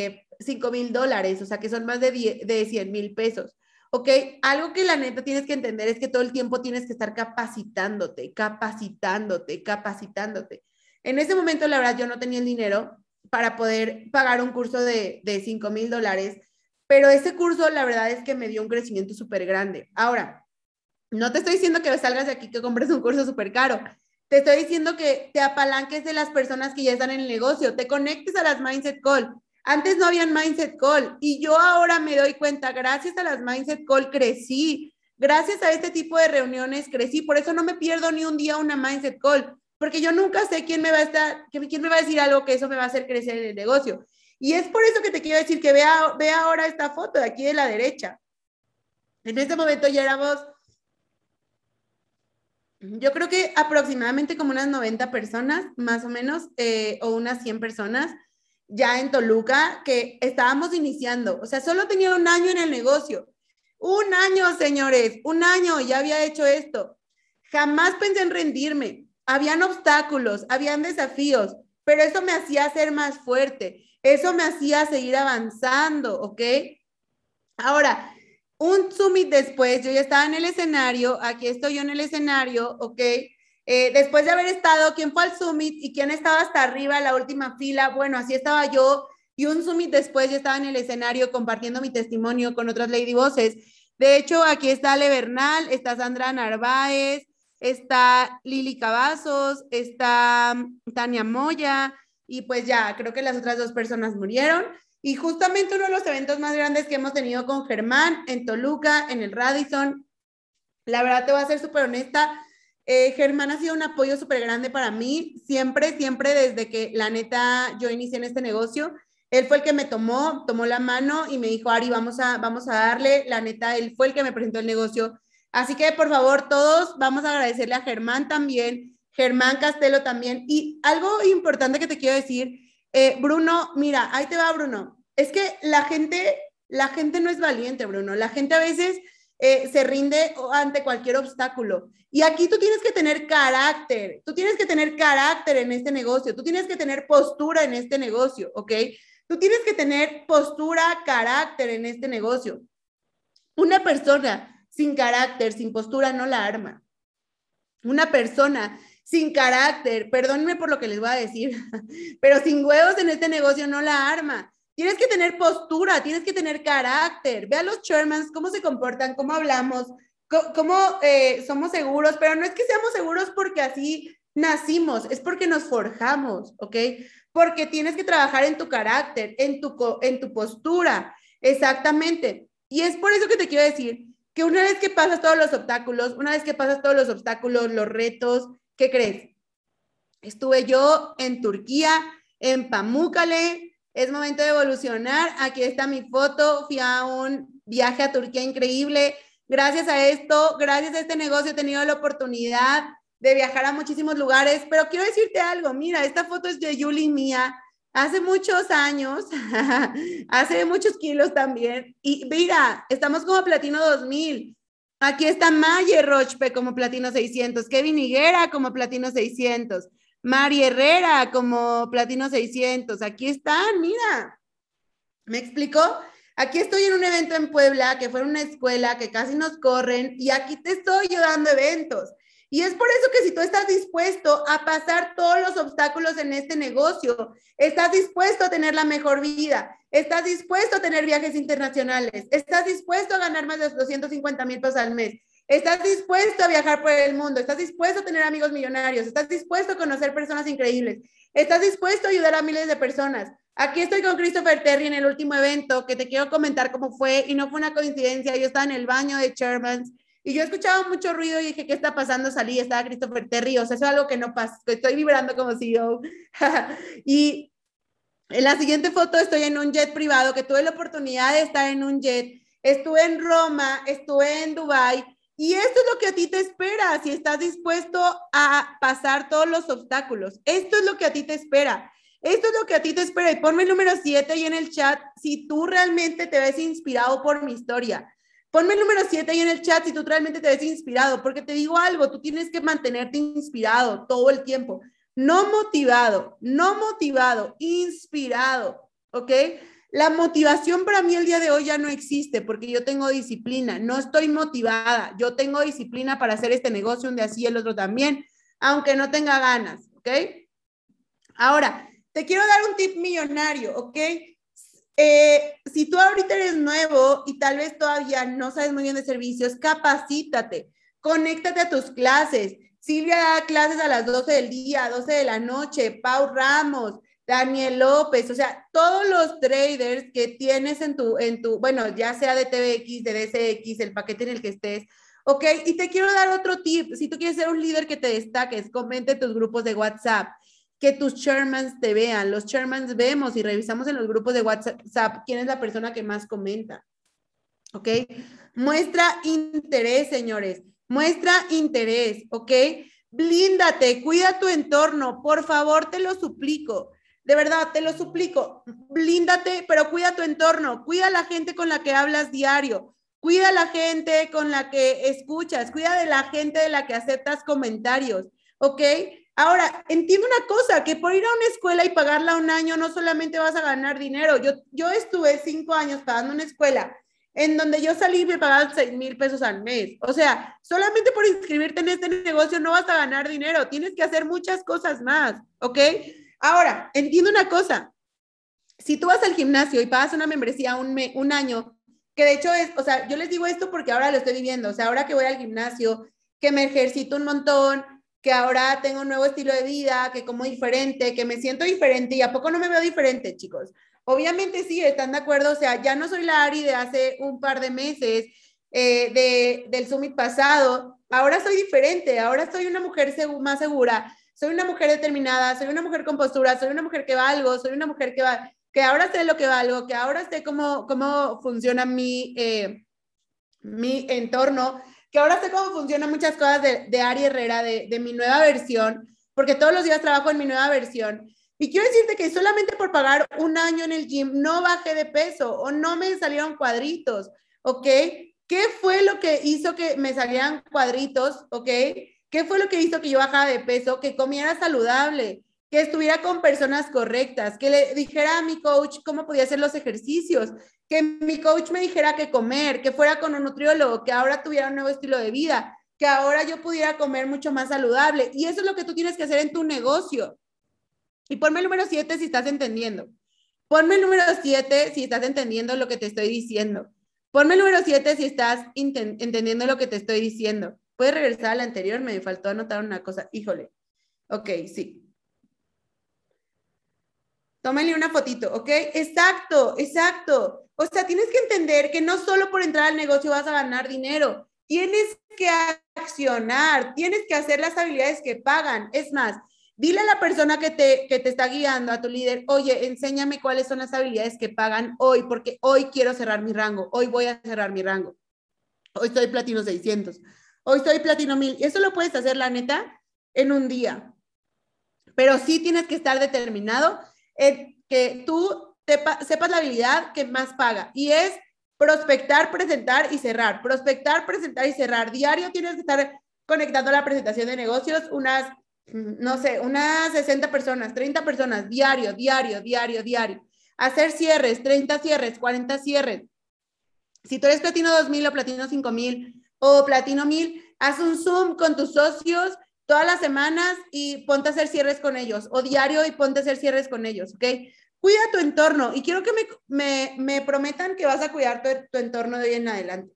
o sea, que son más de 100,000 pesos. ¿Ok? Algo que la neta tienes que entender es que todo el tiempo tienes que estar capacitándote, capacitándote, capacitándote. En ese momento, la verdad, yo no tenía el dinero para poder pagar un curso de $5,000, pero ese curso, la verdad es que me dio un crecimiento súper grande. Ahora, no te estoy diciendo que salgas de aquí que compres un curso súper caro. Te estoy diciendo que te apalanques de las personas que ya están en el negocio, te conectes a las Mindset Call. Antes no habían Mindset Call y yo ahora me doy cuenta, gracias a las Mindset Call crecí, gracias a este tipo de reuniones crecí, por eso no me pierdo ni un día una Mindset Call, porque yo nunca sé quién me va a decir algo que eso me va a hacer crecer en el negocio. Y es por eso que te quiero decir que vea ahora esta foto de aquí de la derecha. En este momento ya éramos, yo creo que aproximadamente como unas 90 personas, más o menos, o unas 100 personas, ya en Toluca, que estábamos iniciando. O sea, solo tenía un año en el negocio. Un año, señores, un año, ya había hecho esto. Jamás pensé en rendirme. Habían obstáculos, habían desafíos, pero eso me hacía ser más fuerte. Eso me hacía seguir avanzando, ¿ok? Ahora, un summit después, yo ya estaba en el escenario, aquí estoy yo en el escenario, ¿ok? Después de haber estado, ¿quién fue al summit y quién estaba hasta arriba, la última fila? Bueno, así estaba yo, y un summit después yo estaba en el escenario compartiendo mi testimonio con otras Lady Voces. De hecho, aquí está Ale Bernal, está Sandra Narváez, está Lili Cavazos, está Tania Moya, y pues ya, creo que las otras dos personas murieron. Y justamente uno de los eventos más grandes que hemos tenido con Germán en Toluca, en el Radisson, la verdad te voy a ser súper honesta, Germán ha sido un apoyo súper grande para mí, siempre, siempre desde que la neta yo inicié en este negocio, él fue el que me tomó la mano y me dijo, Ari, vamos a darle, la neta, él fue el que me presentó el negocio. Así que por favor, todos vamos a agradecerle a Germán también, Germán Castelo también. Y algo importante que te quiero decir, Bruno, mira, ahí te va Bruno, es que la gente no es valiente, Bruno, la gente a veces se rinde ante cualquier obstáculo. Y aquí tú tienes que tener carácter, tú tienes que tener carácter en este negocio, tú tienes que tener postura en este negocio, ¿ok? Tú tienes que tener postura, carácter en este negocio. Una persona sin carácter, sin postura, no la arma. Una persona sin carácter, perdónenme por lo que les voy a decir, pero sin huevos en este negocio no la arma. Tienes que tener postura, tienes que tener carácter. Ve a los chairmans cómo se comportan, cómo hablamos, cómo somos seguros, pero no es que seamos seguros porque así nacimos, es porque nos forjamos, ¿ok? Porque tienes que trabajar en tu carácter, en tu postura, exactamente. Y es por eso que te quiero decir que una vez que pasas todos los obstáculos, los retos, ¿qué crees? Estuve yo en Turquía, en Pamukkale, es momento de evolucionar, aquí está mi foto, fui a un viaje a Turquía increíble, gracias a esto, gracias a este negocio he tenido la oportunidad de viajar a muchísimos lugares, pero quiero decirte algo, mira, esta foto es de Yuli mía, hace muchos años, hace muchos kilos también, y mira, estamos como Platino 2000, aquí está Maye Rochpe como Platino 600, Kevin Higuera como Platino 600, Mari Herrera como Platino 600. Aquí están, mira. ¿Me explicó? Aquí estoy en un evento en Puebla, que fue una escuela, que casi nos corren, y aquí te estoy yo dando eventos. Y es por eso que si tú estás dispuesto a pasar todos los obstáculos en este negocio, estás dispuesto a tener la mejor vida, estás dispuesto a tener viajes internacionales, estás dispuesto a ganar más de 250,000 pesos al mes, estás dispuesto a viajar por el mundo, estás dispuesto a tener amigos millonarios, estás dispuesto a conocer personas increíbles, estás dispuesto a ayudar a miles de personas. Aquí estoy con Christopher Terry en el último evento que te quiero comentar cómo fue y no fue una coincidencia. Yo estaba en el baño de Chairmans y yo escuchaba mucho ruido y dije, ¿qué está pasando? Salí y estaba Christopher Terry. O sea, eso es algo que no pasa. Estoy vibrando como CEO. Y en la siguiente foto estoy en un jet privado que tuve la oportunidad de estar en un jet. Estuve en Roma, estuve en Dubái. Y esto es lo que a ti te espera si estás dispuesto a pasar todos los obstáculos. Esto es lo que a ti te espera. Esto es lo que a ti te espera. Y ponme el número 7 ahí en el chat si tú realmente te ves inspirado por mi historia. Ponme el número 7 ahí en el chat si tú realmente te ves inspirado, porque te digo algo, tú tienes que mantenerte inspirado todo el tiempo. No motivado, no motivado, inspirado, ¿ok? La motivación para mí el día de hoy ya no existe porque yo tengo disciplina, no estoy motivada, yo tengo disciplina para hacer este negocio un día sí, el otro también, aunque no tenga ganas, ¿ok? Ahora, te quiero dar un tip millonario, ¿ok? Si tú ahorita eres nuevo y tal vez todavía no sabes muy bien de servicios, capacítate, conéctate a tus clases. Silvia da clases a las 12 del día, 12 de la noche, Pau Ramos, Daniel López, o sea, todos los traders que tienes en tu, bueno, ya sea de TVX, de DCX, el paquete en el que estés, ¿ok? Y te quiero dar otro tip. Si tú quieres ser un líder que te destaques, comente tus grupos de WhatsApp, que tus chairmans te vean. Los chairmans vemos y revisamos en los grupos de WhatsApp quién es la persona que más comenta, ¿ok? Muestra interés, señores. Muestra interés, ¿ok? Blíndate, cuida tu entorno, por favor, te lo suplico. De verdad, te lo suplico. Blíndate, pero cuida tu entorno. Cuida a la gente con la que hablas diario. Cuida a la gente con la que escuchas. Cuida de la gente de la que aceptas comentarios, ¿ok? Ahora, entiendo una cosa, que por ir a una escuela y pagarla un año no solamente vas a ganar dinero. Yo estuve 5 años pagando una escuela en donde yo salí y me pagaban 6,000 pesos al mes. O sea, solamente por inscribirte en este negocio no vas a ganar dinero, tienes que hacer muchas cosas más, ¿ok? Ahora, entiendo una cosa, si tú vas al gimnasio y pagas una membresía un año, que de hecho es, o sea, yo les digo esto porque ahora lo estoy viviendo, o sea, ahora que voy al gimnasio, que me ejercito un montón, que ahora tengo un nuevo estilo de vida, que como diferente, que me siento diferente, y ¿a poco no me veo diferente, chicos? Obviamente sí, están de acuerdo, o sea, ya no soy la Ari de hace un par de meses, del Summit pasado, ahora soy diferente, ahora soy una mujer más segura, soy una mujer determinada, soy una mujer con postura, soy una mujer que valgo, soy una mujer que ahora sé lo que valgo, que ahora sé cómo funciona mi entorno, que ahora sé cómo funcionan muchas cosas de Ari Herrera, de mi nueva versión, porque todos los días trabajo en mi nueva versión. Y quiero decirte que solamente por pagar un año en el gym no bajé de peso o no me salieron cuadritos, ¿ok? ¿Qué fue lo que hizo que me salieran cuadritos, ¿ok? ¿Qué fue lo que hizo que yo bajara de peso? Que comiera saludable, que estuviera con personas correctas, que le dijera a mi coach cómo podía hacer los ejercicios, que mi coach me dijera qué comer, que fuera con un nutriólogo, que ahora tuviera un nuevo estilo de vida, que ahora yo pudiera comer mucho más saludable. Y eso es lo que tú tienes que hacer en tu negocio. Y ponme el número 7 si estás entendiendo. Ponme el número 7 si estás entendiendo lo que te estoy diciendo. Ponme el número 7 si estás entendiendo lo que te estoy diciendo. Puedes regresar a la anterior, me faltó anotar una cosa. Híjole. Ok, sí. Tómale una fotito, ¿ok? Exacto, exacto. O sea, tienes que entender que no solo por entrar al negocio vas a ganar dinero, tienes que accionar, tienes que hacer las habilidades que pagan. Es más, dile a la persona que te está guiando, a tu líder, oye, enséñame cuáles son las habilidades que pagan hoy, porque hoy quiero cerrar mi rango, hoy voy a cerrar mi rango. Hoy estoy platino 600, hoy estoy platino 1000. Eso lo puedes hacer, la neta, en un día. Pero sí tienes que estar determinado en que tú sepas la habilidad que más paga y es prospectar, presentar y cerrar. Prospectar, presentar y cerrar. Diario tienes que estar conectando la presentación de negocios unas, no sé, unas 60 personas, 30 personas, diario, diario, diario, diario. Hacer cierres, 30 cierres, 40 cierres. Si tú eres platino 2000 o platino 5000 o platino 1000, haz un Zoom con tus socios todas las semanas y ponte a hacer cierres con ellos, o diario y ponte a hacer cierres con ellos, ¿ok? Cuida tu entorno y quiero que me prometan que vas a cuidar tu entorno de hoy en adelante.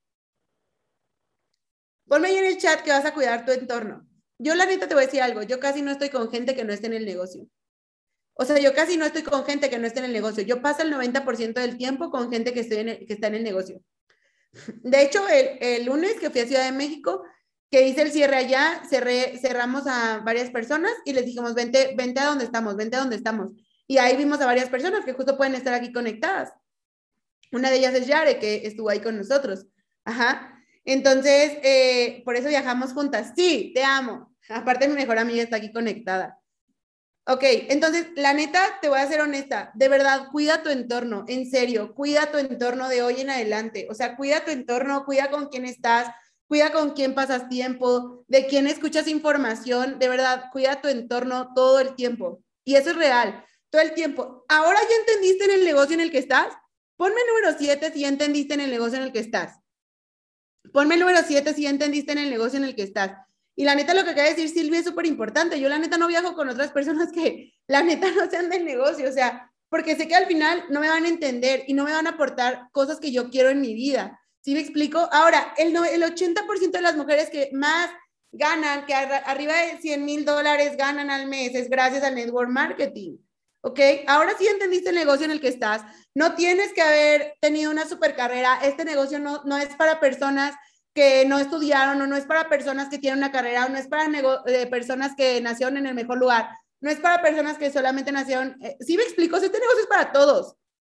Ponme ahí en el chat que vas a cuidar tu entorno. Yo la neta te voy a decir algo, yo casi no estoy con gente que no esté en el negocio. O sea, yo casi no estoy con gente que no esté en el negocio. Yo paso el 90% del tiempo con gente que está en el negocio. De hecho, el lunes que fui a Ciudad de México, que hice el cierre allá, cerramos a varias personas y les dijimos, vente a donde estamos, vente a donde estamos. Y ahí vimos a varias personas que justo pueden estar aquí conectadas. Una de ellas es Yare, que estuvo ahí con nosotros. Ajá. Entonces, por eso viajamos juntas. Sí, te amo. Aparte, mi mejor amiga está aquí conectada. Ok, entonces, la neta, te voy a ser honesta, de verdad, cuida tu entorno, en serio, cuida tu entorno de hoy en adelante, o sea, cuida tu entorno, cuida con quién estás, cuida con quién pasas tiempo, de quién escuchas información, de verdad, cuida tu entorno todo el tiempo, y eso es real, todo el tiempo. ¿Ahora ya entendiste en el negocio en el que estás? Ponme el número 7 si ya entendiste en el negocio en el que estás. Ponme el número 7 si ya entendiste en el negocio en el que estás. Y la neta, lo que acaba de decir Silvia es súper importante. Yo la neta no viajo con otras personas que la neta no sean del negocio, o sea, porque sé que al final no me van a entender y no me van a aportar cosas que yo quiero en mi vida. ¿Sí me explico? Ahora, el 80% de las mujeres que más ganan, que arriba de $100,000 ganan al mes, es gracias al network marketing. ¿Ok? Ahora sí entendiste el negocio en el que estás. No tienes que haber tenido una super carrera. Este negocio no es para personas que no estudiaron, o no es para personas que tienen una carrera, o no es para personas que nacieron en el mejor lugar, no es para personas que solamente nacieron, ¿sí me explico? Este negocio es para todos.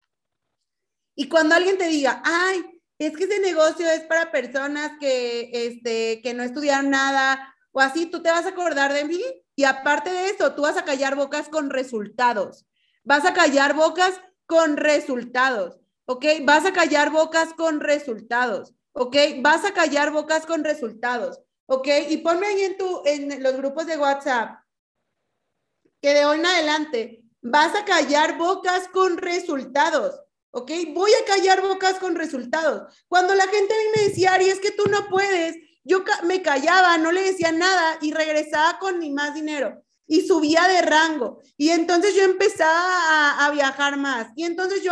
Y cuando alguien te diga, ay, es que ese negocio es para personas que no estudiaron nada, o así, tú te vas a acordar de mí, y aparte de eso, tú vas a callar bocas con resultados. Vas a callar bocas con resultados, ¿ok? Vas a callar bocas con resultados, ¿ok? Vas a callar bocas con resultados, ¿ok? Y ponme ahí en los grupos de WhatsApp que de hoy en adelante vas a callar bocas con resultados, ¿ok? Voy a callar bocas con resultados. Cuando la gente a mí me decía, Ari, es que tú no puedes, yo me callaba, no le decía nada y regresaba con mi más dinero y subía de rango. Y entonces yo empezaba a viajar más. Y entonces yo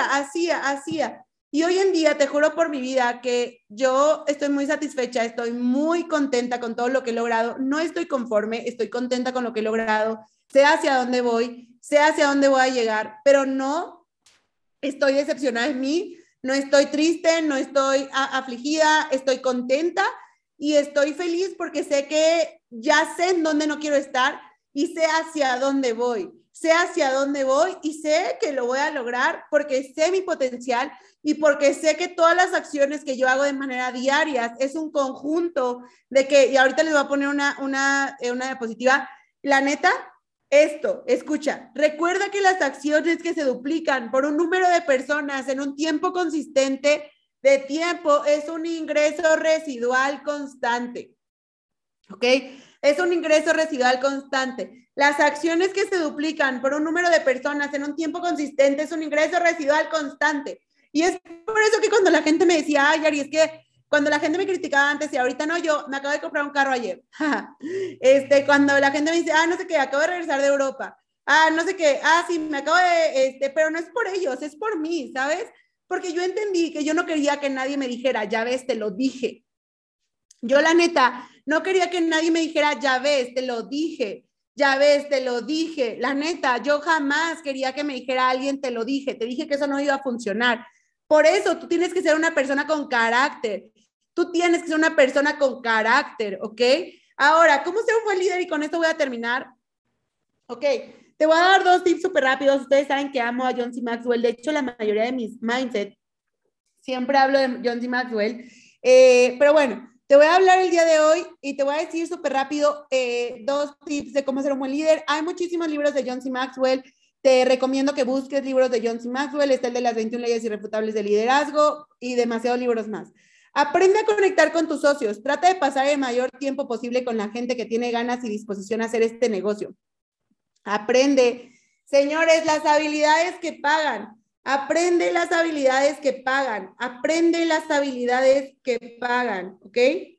hacía. Y hoy en día, te juro por mi vida, que yo estoy muy satisfecha, estoy muy contenta con todo lo que he logrado. No estoy conforme, estoy contenta con lo que he logrado. Sé hacia dónde voy, sé hacia dónde voy a llegar, pero no estoy decepcionada en mí, no estoy triste, no estoy afligida, estoy contenta y estoy feliz porque sé que ya sé en dónde no quiero estar y sé hacia dónde voy. Sé hacia dónde voy y sé que lo voy a lograr porque sé mi potencial y porque sé que todas las acciones que yo hago de manera diaria es un conjunto de que, y ahorita les voy a poner una diapositiva, la neta, esto, escucha, recuerda que las acciones que se duplican por un número de personas en un tiempo consistente de tiempo es un ingreso residual constante. ¿Ok? Es un ingreso residual constante. Las acciones que se duplican por un número de personas en un tiempo consistente es un ingreso residual constante. Y es por eso que cuando la gente me decía, ay, Ari, es que cuando la gente me criticaba antes y ahorita no, yo me acabo de comprar un carro ayer. Cuando la gente me dice, ah, no sé qué, acabo de regresar de Europa. Ah, no sé qué, ah, sí, me acabo de, pero no es por ellos, es por mí, ¿sabes? Porque yo entendí que yo no quería que nadie me dijera, ya ves, te lo dije. Yo la neta, no quería que nadie me dijera, ya ves, te lo dije, ya ves, te lo dije. La neta, yo jamás quería que me dijera alguien, te lo dije, te dije que eso no iba a funcionar. Por eso tú tienes que ser una persona con carácter. Tú tienes que ser una persona con carácter, ¿ok? Ahora, ¿cómo ser un buen líder? Y con esto voy a terminar. Ok, te voy a dar dos tips súper rápidos. Ustedes saben que amo a John C. Maxwell. De hecho, la mayoría de mis mindset siempre hablo de John C. Maxwell. Pero bueno, te voy a hablar el día de hoy y te voy a decir súper rápido dos tips de cómo ser un buen líder. Hay muchísimos libros de John C. Maxwell. Te recomiendo que busques libros de John C. Maxwell. Está el de las 21 leyes irrefutables de liderazgo y demasiados libros más. Aprende a conectar con tus socios. Trata de pasar el mayor tiempo posible con la gente que tiene ganas y disposición a hacer este negocio. Aprende. Señores, las habilidades que pagan. Aprende las habilidades que pagan. Aprende las habilidades que pagan, ¿ok?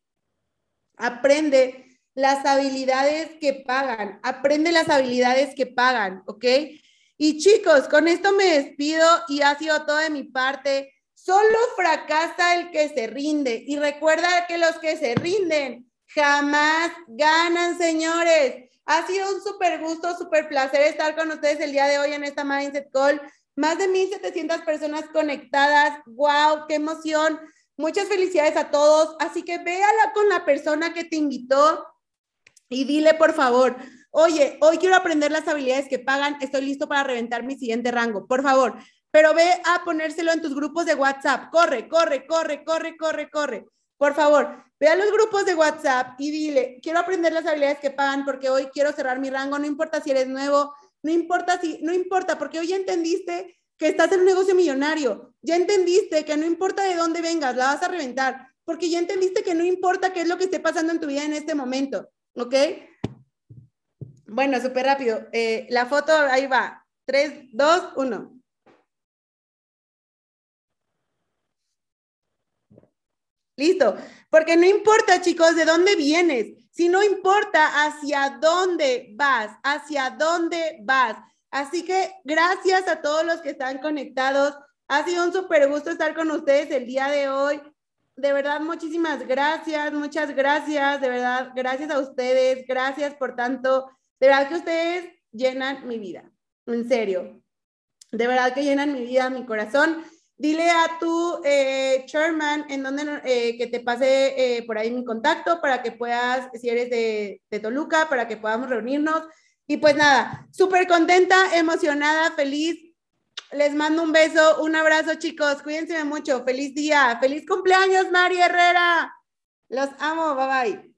Aprende las habilidades que pagan. Aprende las habilidades que pagan, ¿ok? Y chicos, con esto me despido y ha sido todo de mi parte. Solo fracasa el que se rinde. Y recuerda que los que se rinden jamás ganan, señores. Ha sido un súper gusto, súper placer estar con ustedes el día de hoy en esta Mindset Call. Más de 1,700 personas conectadas. ¡Wow! ¡Qué emoción! Muchas felicidades a todos. Así que véala con la persona que te invitó y dile, por favor, oye, hoy quiero aprender las habilidades que pagan. Estoy listo para reventar mi siguiente rango. Por favor, pero ve a ponérselo en tus grupos de WhatsApp. Corre, corre, corre, corre, corre, corre. Por favor, ve a los grupos de WhatsApp y dile, quiero aprender las habilidades que pagan porque hoy quiero cerrar mi rango. No importa si eres nuevo, no importa, porque hoy ya entendiste que estás en un negocio millonario. Ya entendiste que no importa de dónde vengas, la vas a reventar, porque ya entendiste que no importa qué es lo que esté pasando en tu vida en este momento, ¿ok? Bueno, súper rápido. La foto, ahí va. 3, 2, 1. Listo. Porque no importa, chicos, de dónde vienes, si no importa hacia dónde vas, hacia dónde vas. Así que gracias a todos los que están conectados. Ha sido un súper gusto estar con ustedes el día de hoy. De verdad, muchísimas gracias, muchas gracias, de verdad, gracias a ustedes, gracias por tanto. De verdad que ustedes llenan mi vida, en serio. De verdad que llenan mi vida, mi corazón. Dile a tu chairman en donde, que te pase por ahí mi contacto para que puedas, si eres de Toluca, para que podamos reunirnos. Y pues nada, súper contenta, emocionada, feliz. Les mando un beso, un abrazo, chicos. Cuídense mucho. Feliz día. Feliz cumpleaños, Mari Herrera. Los amo. Bye bye.